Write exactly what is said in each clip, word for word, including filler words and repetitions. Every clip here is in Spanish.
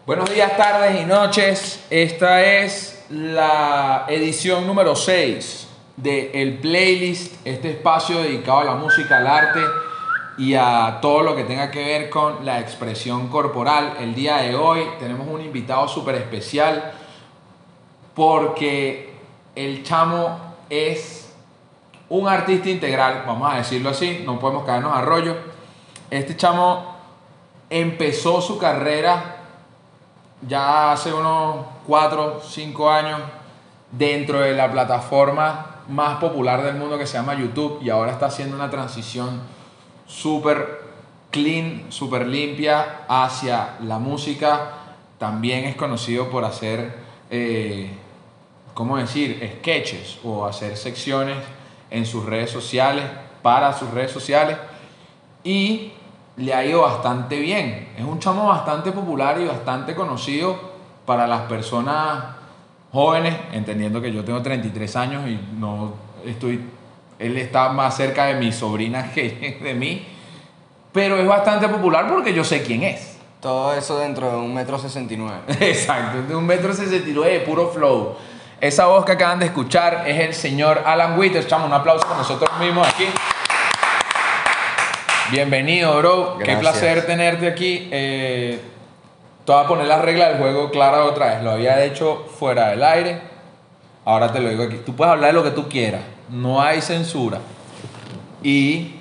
Buenos días, tardes y noches. Esta es la edición número seis de El Playlist, este espacio dedicado a la música, al arte y a todo lo que tenga que ver con la expresión corporal. El día de hoy tenemos un invitado súper especial porque el chamo es un artista integral, vamos a decirlo así, no podemos caernos a rollo. Este chamo empezó su carrera ya hace unos cuatro o cinco años dentro de la plataforma más popular del mundo que se llama YouTube, y ahora está haciendo una transición súper clean, súper limpia hacia la música. También es conocido por hacer, eh, ¿cómo decir?, sketches o hacer secciones en sus redes sociales, para sus redes sociales, y le ha ido bastante bien. Es un chamo bastante popular y bastante conocido para las personas jóvenes, entendiendo que yo tengo treinta y tres años y no estoy, él está más cerca de mi sobrina que de mí, pero es bastante popular porque yo sé quién es. Todo eso dentro de un metro sesenta y nueve. Exacto, de un metro sesenta y nueve de puro flow. Esa voz que acaban de escuchar es el señor Alan Withers. Chamo, un aplauso con nosotros mismos aquí. Bienvenido, bro. Gracias. Qué placer tenerte aquí. Eh, te voy a poner las reglas del juego claras otra vez. Lo había hecho fuera del aire. Ahora te lo digo aquí. Tú puedes hablar de lo que tú quieras. No hay censura. Y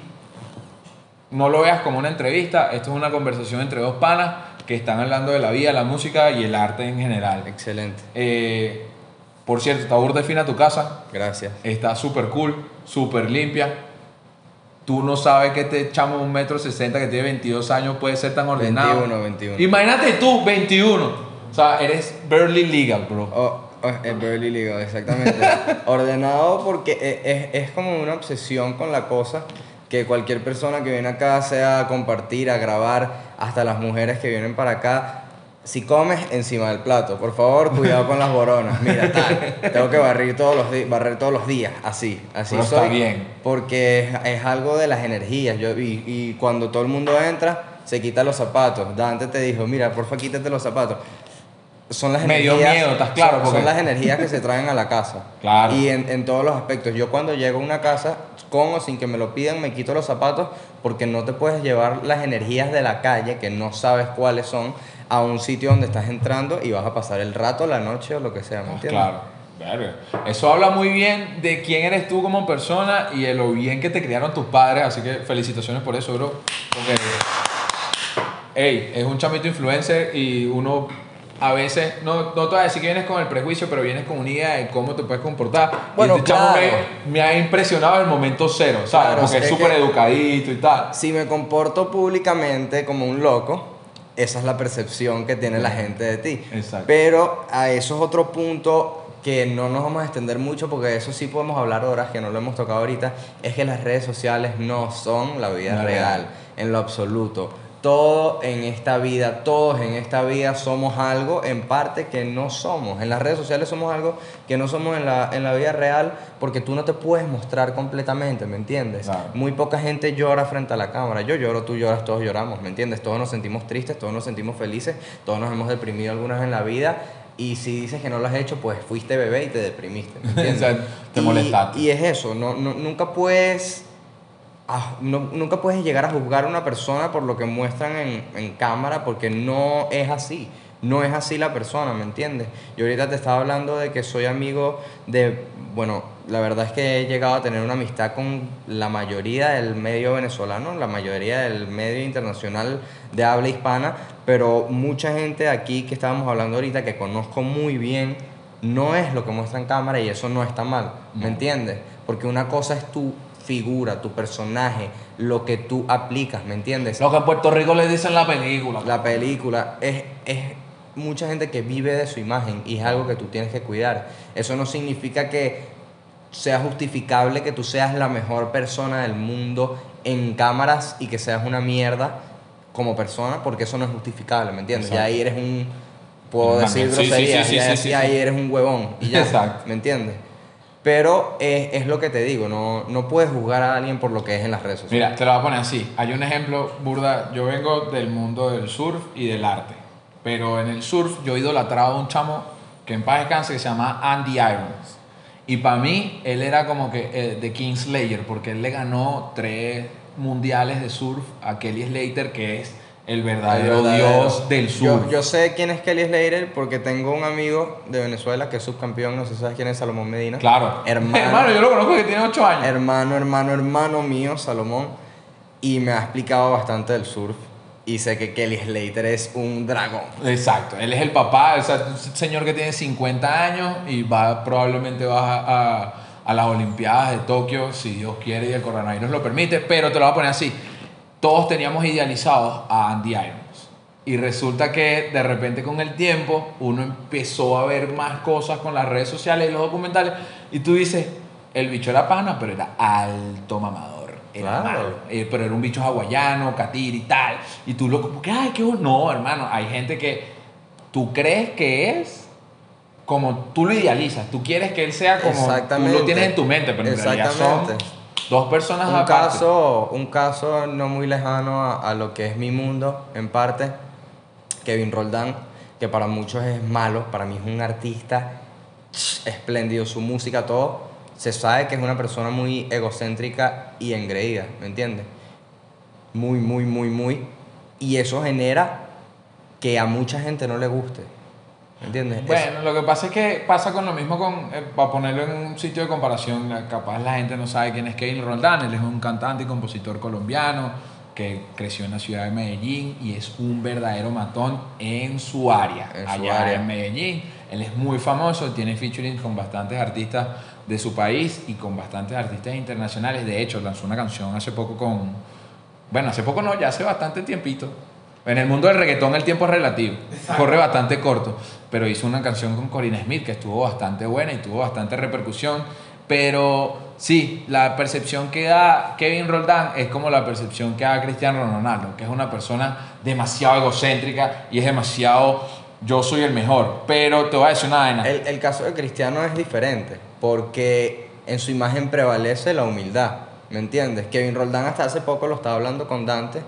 no lo veas como una entrevista. Esto es una conversación entre dos panas que están hablando de la vida, la música y el arte en general. Excelente. Eh, por cierto, está burda de fina tu casa. Gracias. Está súper cool, súper limpia. Tú no sabes que este chamo de un metro sesenta que tiene veintidós años puede ser tan ordenado. veintiuno, veintiuno. Imagínate tú, veintiuno. O sea, eres barely legal, bro. Oh, oh, es barely legal, exactamente. Ordenado porque es, es, es como una obsesión con la cosa que cualquier persona que viene acá, sea a compartir, a grabar, hasta las mujeres que vienen para acá, si comes encima del plato, por favor, cuidado con las boronas. Mira, tal, tengo que barrer todos los, di- barrer todos los días, así, así Pero soy. está bien. Porque es, es algo de las energías. Yo, y, y cuando todo el mundo entra, se quita los zapatos. Dante te dijo, mira, porfa, quítate los zapatos. Son las Me dio energías, miedo, ¿estás claro? Son, Porque- son las energías que se traen a la casa. Claro. Y en, en todos los aspectos. Yo cuando llego a una casa, con o sin que me lo pidan, me quito los zapatos porque no te puedes llevar las energías de la calle, que no sabes cuáles son, a un sitio donde estás entrando y vas a pasar el rato, la noche o lo que sea, ¿me entiendes? Claro. Verga. Eso habla muy bien de quién eres tú como persona y de lo bien que te criaron tus padres. Así que felicitaciones por eso, bro. Porque, hey, es un chamito influencer y uno a veces, no, no te voy a decir que vienes con el prejuicio, pero vienes con una idea de cómo te puedes comportar. Bueno, y este chamo claro. me, me ha impresionado el momento cero, ¿sabes? Claro, Porque es es súper que- educadito y tal. Si me comporto públicamente como un loco, esa es la percepción que tiene la gente de ti. Exacto. Pero a eso es otro punto que no nos vamos a extender mucho, porque de eso sí podemos hablar horas, que no lo hemos tocado ahorita, es que las redes sociales no son la vida La real, real. en lo absoluto. Todo en esta vida, todos en esta vida somos algo en parte que no somos. En las redes sociales somos algo que no somos en la, en la vida real, porque tú no te puedes mostrar completamente, ¿me entiendes? Claro. Muy poca gente llora frente a la cámara. Yo lloro, tú lloras, todos lloramos, ¿me entiendes? Todos nos sentimos tristes, todos nos sentimos felices, todos nos hemos deprimido alguna vez en la vida. Y si dices que no lo has hecho, pues fuiste bebé y te deprimiste, ¿me entiendes? Exacto, te Y- molestaste. Y es eso, no, no, nunca puedes... Ah, no- nunca puedes llegar a juzgar a una persona por lo que muestran en, en cámara, porque no es así. No es así la persona, ¿me entiendes? Yo ahorita te estaba hablando de que soy amigo de... Bueno, la verdad es que he llegado a tener una amistad con la mayoría del medio venezolano, la mayoría del medio internacional de habla hispana, pero mucha gente aquí que estábamos hablando ahorita, que conozco muy bien, no es lo que muestra en cámara, y eso no está mal, ¿me No. entiendes? Porque una cosa es tu figura, tu personaje, lo que tú aplicas, ¿me entiendes? Lo que en Puerto Rico le dicen la película. La película es, es mucha gente que vive de su imagen, y es algo que tú tienes que cuidar. Eso no significa que sea justificable que tú seas la mejor persona del mundo en cámaras y que seas una mierda como persona, porque eso no es justificable, ¿me entiendes? Exacto. Ya ahí eres un... Puedo Una decir mierda. Sí, sí, groserías, sí, sí, ya sí, así sí, ahí sí. eres un huevón y ya, Exacto. ¿me entiendes? Pero es, es lo que te digo, no, no puedes juzgar a alguien por lo que es en las redes sociales. Mira, te lo voy a poner así. Hay un ejemplo, burda. Yo vengo del mundo del surf y del arte. pero en el surf yo idolatraba a un chamo que en paz descanse que se llama Andy Irons. Y para mí, él era como que eh, The Kingslayer, porque él le ganó tres mundiales de surf a Kelly Slater, que es el verdadero, El verdadero. dios del surf. Yo, yo sé quién es Kelly Slater porque tengo un amigo de Venezuela que es subcampeón, no sé si sabes quién es Salomón Medina. Claro. Hermano. Hermano, yo lo conozco que tiene ocho años. Hermano, hermano, hermano mío, Salomón. Y me ha explicado bastante del surf. Y sé que Kelly Slater es un dragón. Exacto, él es el papá, o sea, un señor que tiene cincuenta años y va probablemente va a, a, a las Olimpiadas de Tokio, si Dios quiere y el coronavirus lo permite, pero te lo voy a poner así, todos teníamos idealizados a Andy Irons y resulta que de repente con el tiempo uno empezó a ver más cosas con las redes sociales y los documentales y tú dices, el bicho era pana, pero era alto mamador. Era Claro. malo, eh, pero era un bicho hawaiano, catiri y tal. Y tú lo como que, ay, qué bueno. No, hermano, hay gente que tú crees que es como tú lo idealizas. Tú quieres que él sea como tú Exactamente. lo tienes en tu mente, pero en realidad son Exactamente. dos personas Un aparte. caso, un caso no muy lejano a, a lo que es mi mundo, en parte, Kevin Roldán, que para muchos es malo, para mí es un artista espléndido, su música, todo. Se sabe que es una persona muy egocéntrica y engreída, ¿me entiendes? Muy, muy, muy, muy. Y eso genera que a mucha gente no le guste, ¿me entiendes? Bueno, lo que pasa es que pasa con lo mismo con, eh, para ponerlo en un sitio de comparación, la- capaz la gente no sabe quién es Kevin Roldán, él es un cantante y compositor colombiano que creció en la ciudad de Medellín y es un verdadero matón en su área, En su allá área. en Medellín. Él es muy famoso, tiene featuring con bastantes artistas de su país y con bastantes artistas internacionales. De hecho, lanzó una canción hace poco con, bueno, hace poco no, ya hace bastante tiempito. En el mundo del reggaetón el tiempo es relativo, corre bastante corto, pero hizo una canción con Corina Smith que estuvo bastante buena y tuvo bastante repercusión, pero sí, la percepción que da Kevin Roldán es como la percepción que da Cristiano Ronaldo, que es una persona demasiado egocéntrica y es demasiado yo soy el mejor, pero te voy a decir una vaina. El, el caso de Cristiano es diferente, porque en su imagen prevalece la humildad, ¿me entiendes? Kevin Roldán hasta hace poco lo estaba hablando con Dante,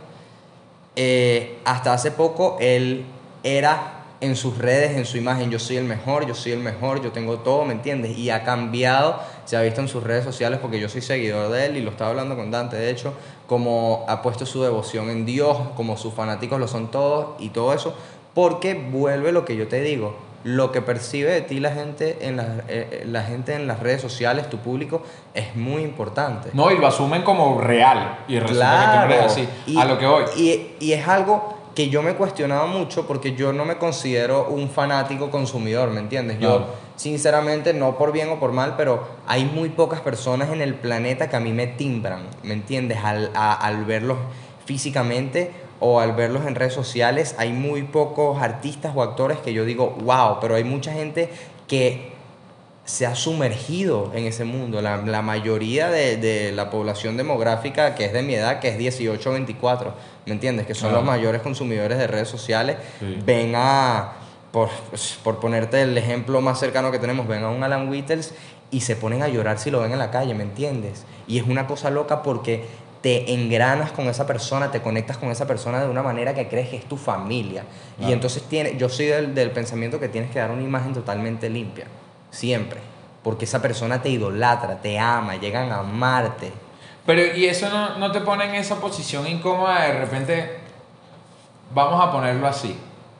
eh, hasta hace poco él era en sus redes, en su imagen, yo soy el mejor, yo soy el mejor, yo tengo todo, ¿me entiendes? Y ha cambiado, se ha visto en sus redes sociales, porque yo soy seguidor de él y lo estaba hablando con Dante, de hecho, como ha puesto su devoción en Dios, como sus fanáticos lo son todos y todo eso, porque vuelve lo que yo te digo, lo que percibe de ti la gente en las, eh, la gente en las redes sociales, tu público, es muy importante. No, y lo asumen como real y resulta que tú no eres así, Y- a lo que voy. Y, y es algo que yo me he cuestionado mucho porque yo no me considero un fanático consumidor, ¿me entiendes? Yo, Claro. sinceramente, no por bien o por mal, pero hay muy pocas personas en el planeta que a mí me timbran, ¿me entiendes? Al, a- al verlos físicamente o al verlos en redes sociales, hay muy pocos artistas o actores que yo digo, wow, pero hay mucha gente que se ha sumergido en ese mundo. La, la mayoría de, de la población demográfica que es de mi edad, que es dieciocho a veinticuatro, ¿me entiendes? Que son Claro. los mayores consumidores de redes sociales, Sí. ven a, por, por ponerte el ejemplo más cercano que tenemos, ven a un Alan Whittles y se ponen a llorar si lo ven en la calle, ¿me entiendes? Y es una cosa loca porque te engranas con esa persona, te conectas con esa persona de una manera que crees que es tu familia. Claro. Y entonces tiene, yo soy del, del pensamiento que tienes que dar una imagen totalmente limpia. Siempre. Porque esa persona te idolatra, te ama, llegan a amarte. Pero, ¿y eso no, no te pone en esa posición incómoda de repente? Vamos a ponerlo así.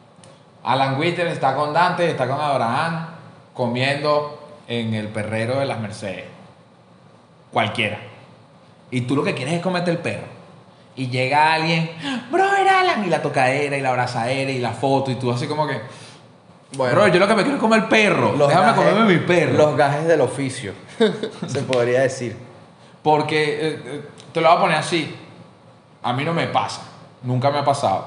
Alan Whittle está con Dante, está con Abraham, comiendo en el perrero de las Mercedes. Cualquiera. Y tú lo que quieres es comerte el perro. Y llega alguien, bro, era Alan, y la tocadera, y la abrazadera, y la foto, y tú así como que, bro, yo lo que me quiero es comer el perro. Los Déjame gajes- comerme mi perro. Los gajes del oficio, se podría decir. Porque, eh, eh, te lo voy a poner así, a mí no me pasa, nunca me ha pasado.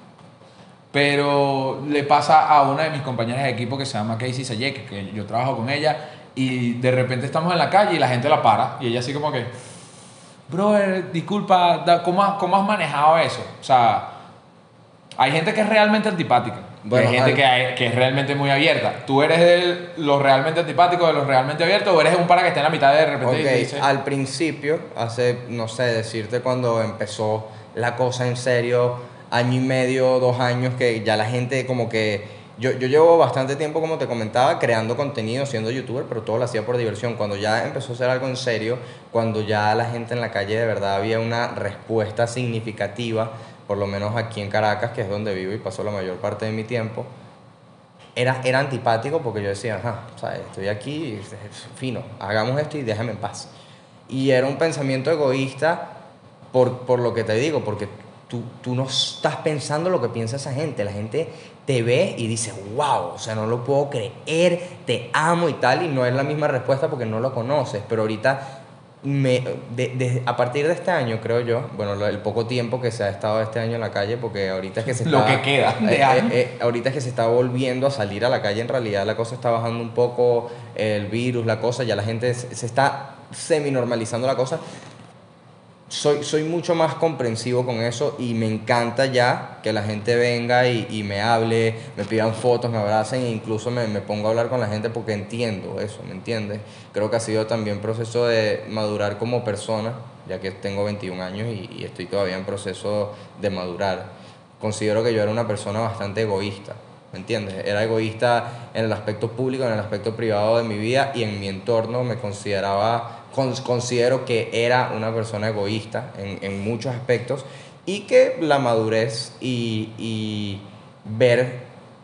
Pero le pasa a una de mis compañeras de equipo que se llama Casey Sayek, que yo trabajo con ella, y de repente estamos en la calle y la gente la para, y ella así como que, brother, disculpa, da- ¿cómo, has- ¿cómo has manejado eso? O sea, hay gente que es realmente antipática, y Bueno, hay gente al- que, hay- que es realmente muy abierta. ¿Tú eres de los realmente antipáticos, de los realmente abiertos, o eres un para que está en la mitad de repente y te Ok, dice, al principio, hace, no sé, decirte cuando empezó la cosa en serio, año y medio, dos años, que ya la gente como que... Yo, yo llevo bastante tiempo, como te comentaba, creando contenido, siendo youtuber, pero todo lo hacía por diversión. Cuando ya empezó a ser algo en serio, cuando ya la gente en la calle de verdad había una respuesta significativa, por lo menos aquí en Caracas, que es donde vivo y paso la mayor parte de mi tiempo, era, era antipático porque yo decía, ajá, ¿sabes? Estoy aquí, es fino, hagamos esto y déjame en paz. Y era un pensamiento egoísta por, por lo que te digo, porque tú, tú no estás pensando lo que piensa esa gente. La gente te ve y dice, wow, o sea, no lo puedo creer, te amo y tal, y no es la misma respuesta porque no lo conoces. Pero ahorita, me, de, de, a partir de este año, creo yo, bueno, lo- el poco tiempo que se ha estado este año en la calle, porque ahorita es que se está... Lo que queda de eh, año. eh, eh, ahorita es que se está volviendo a salir a la calle, en realidad la cosa está bajando un poco, el virus, la cosa, ya la gente se, se está semi-normalizando la cosa. Soy, soy mucho más comprensivo con eso y me encanta ya que la gente venga y, y me hable, me pidan fotos, me abracen e incluso me, me pongo a hablar con la gente porque entiendo eso, ¿me entiendes? Creo que ha sido también proceso de madurar como persona, ya que tengo veintiún años y, y estoy todavía en proceso de madurar. Considero que yo era una persona bastante egoísta, ¿me entiendes? Era egoísta en el aspecto público, en el aspecto privado de mi vida y en mi entorno me consideraba, con- considero que era una persona egoísta en, en muchos aspectos y que la madurez y, y ver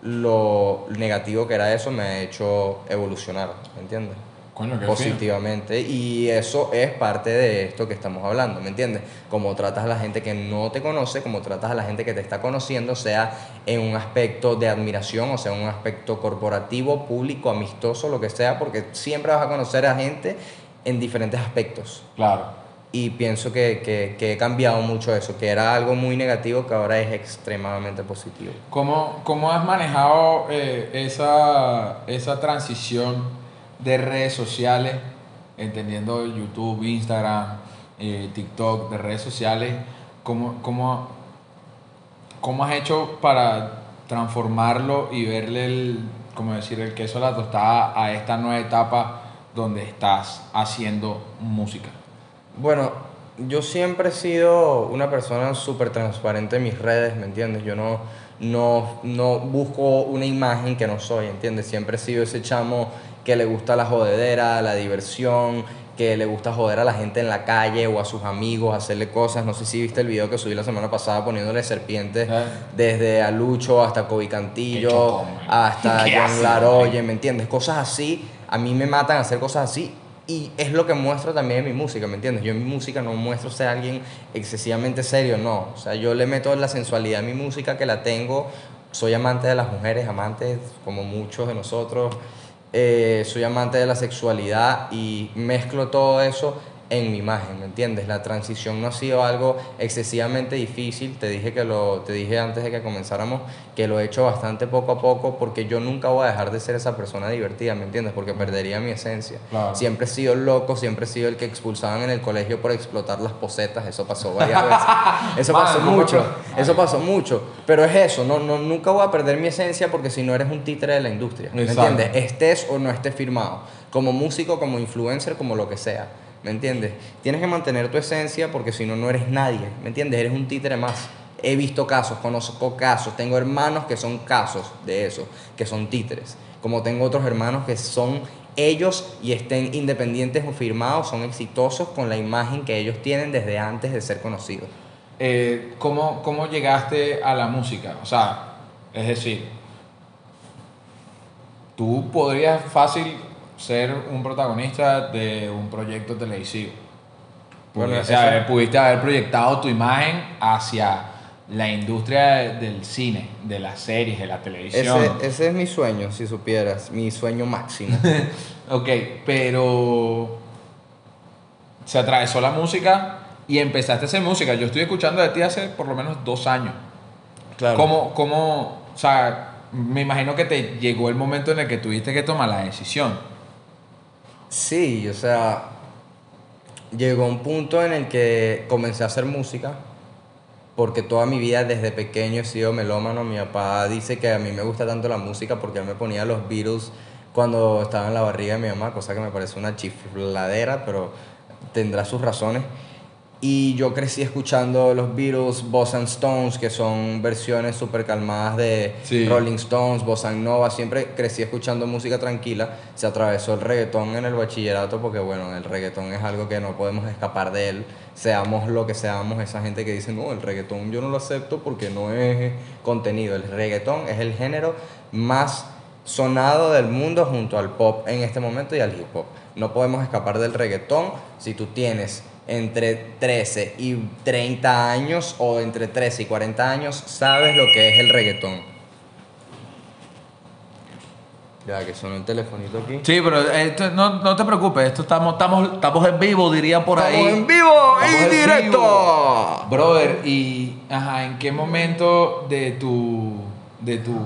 lo negativo que era eso me ha hecho evolucionar, ¿me entiendes? Coño, qué fino. Positivamente, y eso es parte de esto que estamos hablando, ¿me entiendes? Cómo tratas a la gente que no te conoce, cómo tratas a la gente que te está conociendo, sea en un aspecto de admiración, o sea, en un aspecto corporativo, público, amistoso, lo que sea, porque siempre vas a conocer a gente en diferentes aspectos. Claro. Y pienso que, que, que he cambiado mucho eso, que era algo muy negativo que ahora es extremadamente positivo. ¿Cómo, cómo has manejado eh, esa, esa transición de redes sociales, entendiendo YouTube, Instagram, eh, TikTok, de redes sociales? ¿Cómo, cómo, cómo has hecho para transformarlo y verle el, como decir, el queso a la tostada a esta nueva etapa donde estás haciendo música? Bueno, yo siempre he sido una persona súper transparente en mis redes, ¿me entiendes? Yo no, no, no busco una imagen que no soy, ¿entiendes? Siempre he sido ese chamo que le gusta la jodedera, la diversión, que le gusta joder a la gente en la calle o a sus amigos, hacerle cosas. No sé si viste el video que subí la semana pasada poniéndole serpientes ¿Eh? desde a Lucho hasta Kobe Qué Cantillo, chocón, man. hasta ¿Qué John haces, Laroye, man? ¿me entiendes? Cosas así, a mí me matan hacer cosas así. Y es lo que muestro también en mi música, ¿me entiendes? Yo en mi música no muestro ser alguien excesivamente serio, no. O sea, yo le meto la sensualidad a mi música, que la tengo. Soy amante de las mujeres, amantes como muchos de nosotros. Eh, soy amante de la sexualidad y mezclo todo eso en mi imagen, ¿me entiendes? La transición no ha sido algo excesivamente difícil. Te dije que lo, te dije antes de que comenzáramos que lo he hecho bastante poco a poco porque yo nunca voy a dejar de ser esa persona divertida, ¿me entiendes? Porque perdería mi esencia. Claro. Siempre he sido loco, siempre he sido el que expulsaban en el colegio por explotar las posetas. Eso pasó varias veces. Eso Mano, pasó ¿cómo mucho. fue? Eso pasó mucho. Pero es eso, no, no, nunca voy a perder mi esencia porque si no eres un títere de la industria, ¿me Exacto. entiendes? Estés o no estés firmado. Como músico, como influencer, como lo que sea. ¿Me entiendes? Tienes que mantener tu esencia porque si no, no eres nadie. ¿Me entiendes? Eres un títere más. He visto casos, conozco casos. Tengo hermanos que son casos de eso, que son títeres. Como tengo otros hermanos que son ellos y estén independientes o firmados, son exitosos con la imagen que ellos tienen desde antes de ser conocidos. Eh, ¿cómo, ¿Cómo llegaste a la música? O sea, es decir, tú podrías fácil ser un protagonista de un proyecto televisivo. Bueno, Pudiese eso- haber- pudiste haber proyectado tu imagen hacia la industria de- del cine, de las series, de la televisión. Ese, ese es mi sueño, si supieras, mi sueño máximo. Ok, pero se atravesó la música y empezaste a hacer música. Yo estoy escuchando de ti hace por lo menos dos años. Claro. ¿Cómo, cómo, o sea, me imagino que te llegó el momento en el que tuviste que tomar la decisión? Sí, o sea, llegó un punto en el que comencé a hacer música, porque toda mi vida desde pequeño he sido melómano. Mi papá dice que a mí me gusta tanto la música porque él me ponía los Beatles cuando estaba en la barriga de mi mamá, cosa que me parece una chifladera, pero tendrá sus razones. Y yo crecí escuchando los Beatles, Boss and Stones, que son versiones súper calmadas de Sí. Rolling Stones, Bossa Nova. Siempre crecí escuchando música tranquila. Se atravesó el reggaetón en el bachillerato porque, bueno, el reggaetón es algo que no podemos escapar de él. Seamos lo que seamos, esa gente que dice, no, el reggaetón yo no lo acepto porque no es contenido. El reggaetón es el género más sonado del mundo junto al pop en este momento y al hip hop. No podemos escapar del reggaetón. Si tú tienes entre trece y treinta años o entre trece y cuarenta años, sabes lo que es el reggaetón. Ya que sonó el telefonito aquí. Sí, pero esto, no, no te preocupes, esto estamos, estamos, estamos en vivo, diría por ahí. ¡Estamos en vivo Estamos y en directo! vivo. Brother, y ajá, ¿en qué momento de tu de tu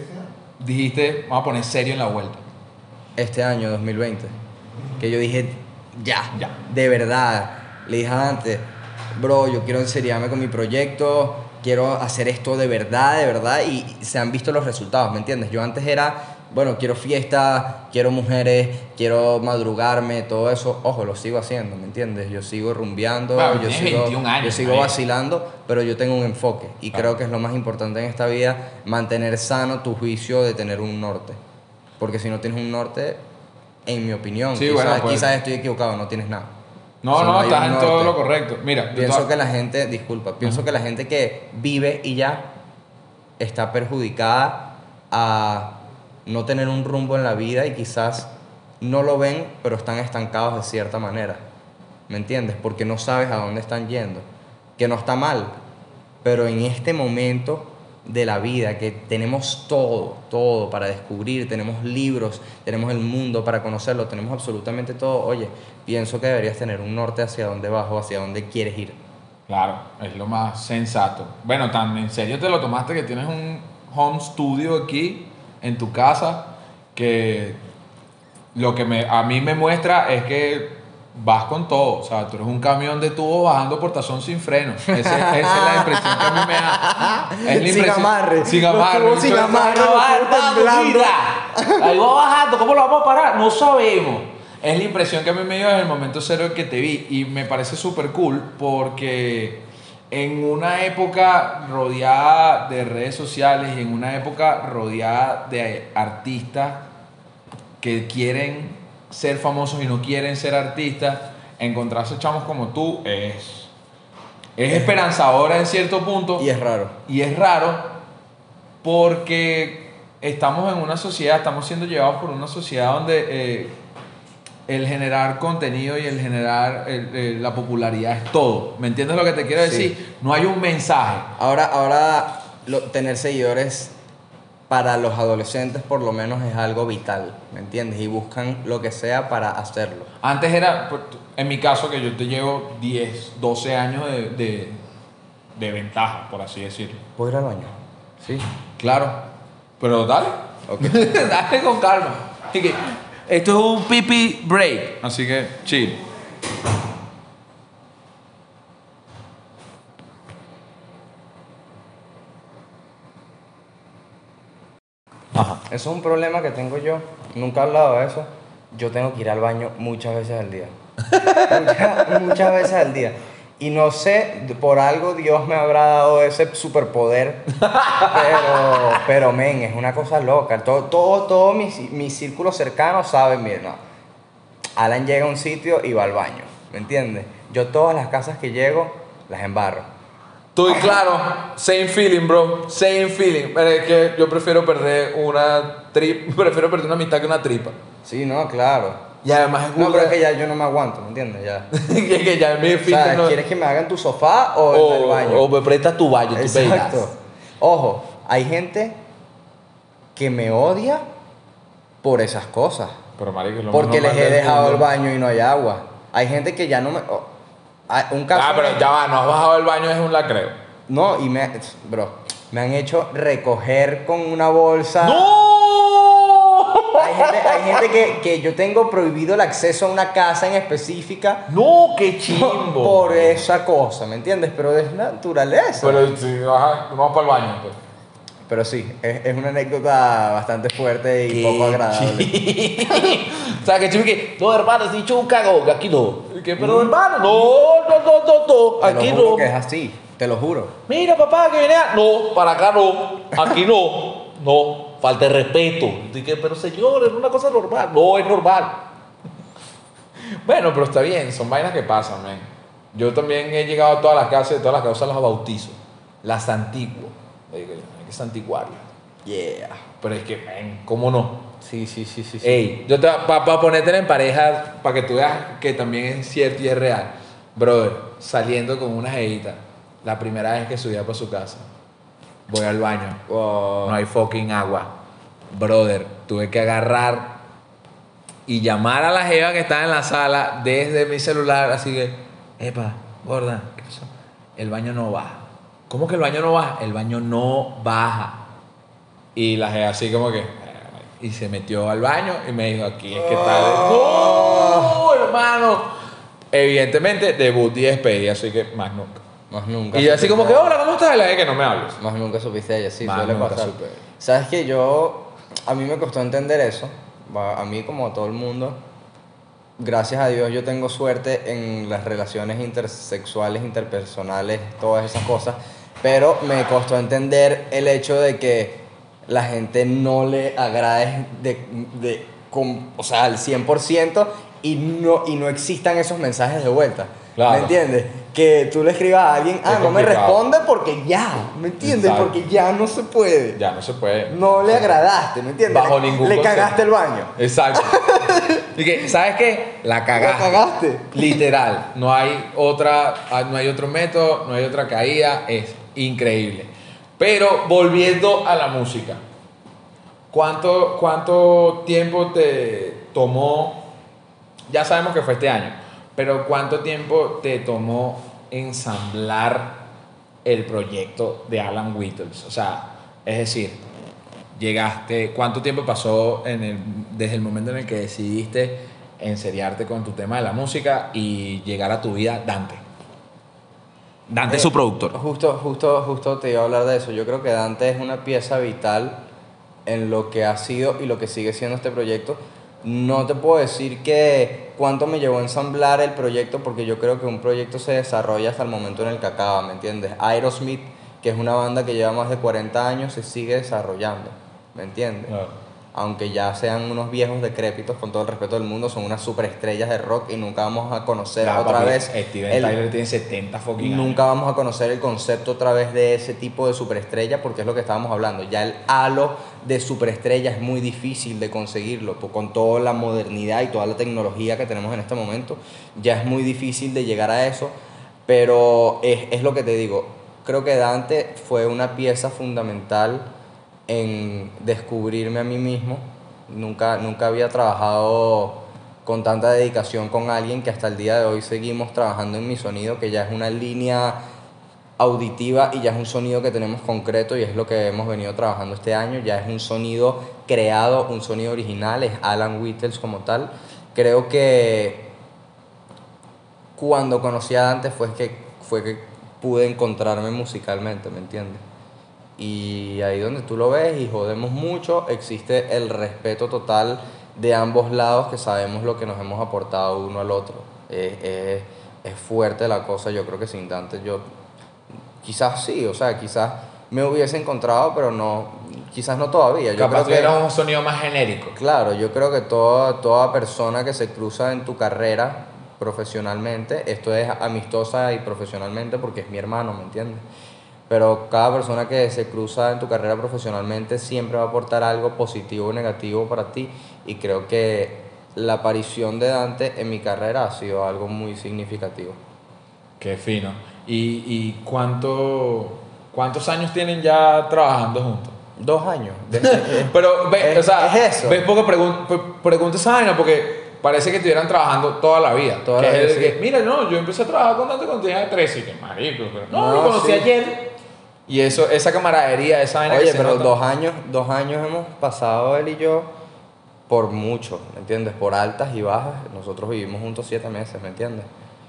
dijiste, vamos a poner serio en la vuelta? Este año, dos mil veinte, que yo dije, ya, Ya. de verdad. Le dije antes, bro, yo quiero enseriarme con mi proyecto, quiero hacer esto de verdad, de verdad, y se han visto los resultados, ¿me entiendes? Yo antes era, bueno, quiero fiesta, quiero mujeres, quiero madrugarme, todo eso, ojo, lo sigo haciendo, ¿me entiendes? Yo sigo rumbeando, Claro, yo, tienes sigo, veintiún años, yo sigo marico. vacilando, pero yo tengo un enfoque, y Claro. creo que es lo más importante en esta vida, mantener sano tu juicio de tener un norte, porque si no tienes un norte, en mi opinión, Sí, quizás, bueno, pues. quizás estoy equivocado, no tienes nada. No, Si no, hay estás un en todo norte. lo correcto. Mira, yo Pienso te- que la gente, disculpa, pienso que la gente que vive y ya está perjudicada a no tener un rumbo en la vida y quizás no lo ven, pero están estancados de cierta manera. ¿Me entiendes? Porque no sabes a dónde están yendo. Que no está mal, pero en este momento de la vida que tenemos todo, todo para descubrir, tenemos libros, tenemos el mundo para conocerlo, tenemos absolutamente todo. Oye, pienso que deberías tener un norte hacia dónde vas o hacia dónde quieres ir. Claro, es lo más sensato. Bueno, tan en serio te lo tomaste que tienes un home studio aquí en tu casa que lo que me, a mí me muestra es que vas con todo. O sea, tú eres un camión de tubos bajando por tazón sin freno. Ese- esa es la impresión que a mí me da. Es la Sin impresión- amarre. Sin Los amarre. tubos sin Yo- amarre, no, los va, tubos vamos, temblando. mira. Ahí va bajando. ¿Cómo lo vamos a parar? No sabemos. Es la impresión que a mí me dio en el momento cero en que te vi. Y me parece súper cool porque en una época rodeada de redes sociales y en una época rodeada de artistas que quieren ser famosos y no quieren ser artistas, encontrarse chamos como tú es, es esperanzadora en cierto punto Y es raro. y es raro porque estamos en una sociedad, estamos siendo llevados por una sociedad donde eh, el generar contenido y el generar el- el- la popularidad es todo. ¿Me entiendes lo que te quiero Sí. decir? No hay un mensaje. Ahora, ahora lo- tener seguidores para los adolescentes por lo menos es algo vital, ¿me entiendes? Y buscan lo que sea para hacerlo. Antes era, pues, en mi caso, que yo te llevo diez, doce años de, de, de ventaja, por así decirlo. ¿Puedo ir al baño? Sí. Claro, pero dale. Ok. Dale con calma. Así que esto es un pipi break. Así que chill. Ajá. Eso es un problema que tengo yo. Nunca he hablado de eso. Yo tengo que ir al baño muchas veces al día. Muchas, muchas veces al día. Y no sé, por algo Dios me habrá dado ese superpoder. Pero, pero men, es una cosa loca. Todo, todo, todo mi, mi círculo cercano sabe, mira, no. Alan llega a un sitio y va al baño. ¿Me entiendes? Yo todas las casas que llego, las embarro. Estoy claro, same feeling, bro, same feeling. Pero es que yo prefiero perder una tripa, prefiero perder una amistad que una tripa. Sí, no, claro. Y además es No, burda- pero es que ya yo no me aguanto, ¿me entiendes? Ya. que, que ya mi O fin sea, no- ¿quieres que me hagan tu sofá o, en el o, baño? o me prestas tu baño, tú Exacto. verás. Ojo, hay gente que me odia por esas cosas. Pero marico, es lo Porque más les he normal del dejado el mundo. baño y no hay agua. Hay gente que ya no me... oh, hay un caso... Ah, pero ya va, no has bajado el baño, es un lacreo. No, y me... Bro, me han hecho recoger con una bolsa... ¡No! Hay gente, hay gente que, que yo tengo prohibido el acceso a una casa en específica ¡No, qué chimbo! por esa cosa, ¿me entiendes? Pero es naturaleza. Pero si ajá, vamos para el baño, pues. Pero sí, es, es una anécdota bastante fuerte y poco agradable. O sea, que chico que, no, hermano, has dicho un cagón, aquí no. ¿Qué, pero hermano? No, no, no, no, no, no, Te aquí lo juro no. que es así, te lo juro. Mira, papá, que viene. a- No, para acá no, aquí no, no, falta de respeto. Dije, pero señor, es una cosa normal. No, es normal. Bueno, pero está bien, son vainas que pasan, man. Yo también he llegado a todas las casas y todas las casas las bautizo. Las santiguo. Hay que, hay que santiguarlas. Yeah. Pero es que, man, ¿cómo no? Sí, sí, sí, sí. sí. Ey, yo te para ponerte en pareja, para que tú veas que también es cierto y es real. Brother, saliendo con una jevita, la primera vez que subía para su casa, voy al baño, Wow. no hay fucking agua. Brother, tuve que agarrar y llamar a la jeva que estaba en la sala desde mi celular, así que, epa, gorda, ¿qué pasó? El baño no baja. ¿Cómo que el baño no baja? El baño no baja. Y la jeva así como que, y se metió al baño y me dijo, aquí es que está. ¡No, hermano! Evidentemente, debut y despedida, así que más nunca. Más nunca. Y yo así supiste como que, de ella. hola, ¿cómo estás? Y la dije que no me hables. Más nunca supiste de ella, sí, Más suele nunca pasar. supe de ella. Sabes que yo, a mí me costó entender eso, va, a mí como a todo el mundo, gracias a Dios yo tengo suerte en las relaciones intersexuales, interpersonales, todas esas cosas, pero me costó entender el hecho de que la gente no le agrade de, de, con- o sea, al cien por ciento y no, y no existan esos mensajes de vuelta. Claro. ¿Me entiendes? Que tú le escribas a alguien, ah, Es no me complicado. responde porque ya, ¿me entiendes? Exacto. Porque ya no se puede. Ya no se puede. No le agradaste, ¿me entiendes? Bajo Le- ningún Le concepto. cagaste el baño. Exacto. Y que, ¿sabes qué? La cagaste. La cagaste. Literal. No hay otra, ah, no hay otro método, no hay otra caída. Es increíble. Pero volviendo a la música. ¿Cuánto, cuánto tiempo te tomó? Ya sabemos que fue este año. Pero ¿cuánto tiempo te tomó ensamblar el proyecto de Alan Whittles? O sea, es decir, llegaste, ¿cuánto tiempo pasó en el, desde el momento en el que decidiste enseriarte con tu tema de la música y llegar a tu vida Dante? Dante es su Eh, productor. Justo, justo, justo te iba a hablar de eso. Yo creo que Dante es una pieza vital en lo que ha sido y lo que sigue siendo este proyecto. No te puedo decir que cuánto me llevó a ensamblar el proyecto, porque yo creo que un proyecto se desarrolla hasta el momento en el que acaba, ¿me entiendes? Aerosmith, que es una banda que lleva más de cuarenta años, se sigue desarrollando, ¿me entiendes? Aunque ya sean unos viejos decrépitos, con todo el respeto del mundo, son unas superestrellas de rock y nunca vamos a conocer Ya, otra papi, vez Steven el- Tyler tiene setenta fucking años. nunca vamos a conocer el concepto otra vez de ese tipo de superestrella, porque es lo que estábamos hablando. Ya el halo de superestrella es muy difícil de conseguirlo, pues, con toda la modernidad y toda la tecnología que tenemos en este momento, ya es muy difícil de llegar a eso, pero es, es lo que te digo. Creo que Dante fue una pieza fundamental en descubrirme a mí mismo. Nunca, nunca había trabajado con tanta dedicación con alguien que hasta el día de hoy seguimos trabajando en mi sonido, que ya es una línea auditiva y ya es un sonido que tenemos concreto y es lo que hemos venido trabajando este año. Ya es un sonido creado, un sonido original, es Alan Whittles como tal. Creo que cuando conocí a Dante fue que, fue que pude encontrarme musicalmente, ¿me entiendes? Y ahí donde tú lo ves y jodemos mucho, existe el respeto total de ambos lados, que sabemos lo que nos hemos aportado uno al otro. Eh, eh, es fuerte la cosa. Yo creo que sin Dante yo quizás sí, o sea, quizás me hubiese encontrado, pero no, quizás no todavía. Yo Capaz creo que, tuviera un sonido más genérico. claro, yo creo que toda, toda persona que se cruza en tu carrera profesionalmente, esto es amistosa y profesionalmente porque es mi hermano, ¿me entiendes? Pero cada persona que se cruza en tu carrera profesionalmente siempre va a aportar algo positivo o negativo para ti, y creo que la aparición de Dante en mi carrera ha sido algo muy significativo. Qué fino. ¿Y, y cuánto, cuántos años tienen ya trabajando juntos? Dos años. Desde- Pero, ve, es, o sea, es eso. ves porque pregun pre- pregunto esa vaina porque parece que estuvieran trabajando toda la vida. Toda que la es vida, el sí. que, mira, no, yo empecé a trabajar con Dante cuando tenía trece y que marico, pero no, No, lo conocí sí. ayer. Y eso, esa camaradería, esa vaina que Oye, se pero nota. dos años, dos años hemos pasado él y yo por mucho, ¿me entiendes? Por altas y bajas. Nosotros vivimos juntos siete meses, ¿me entiendes?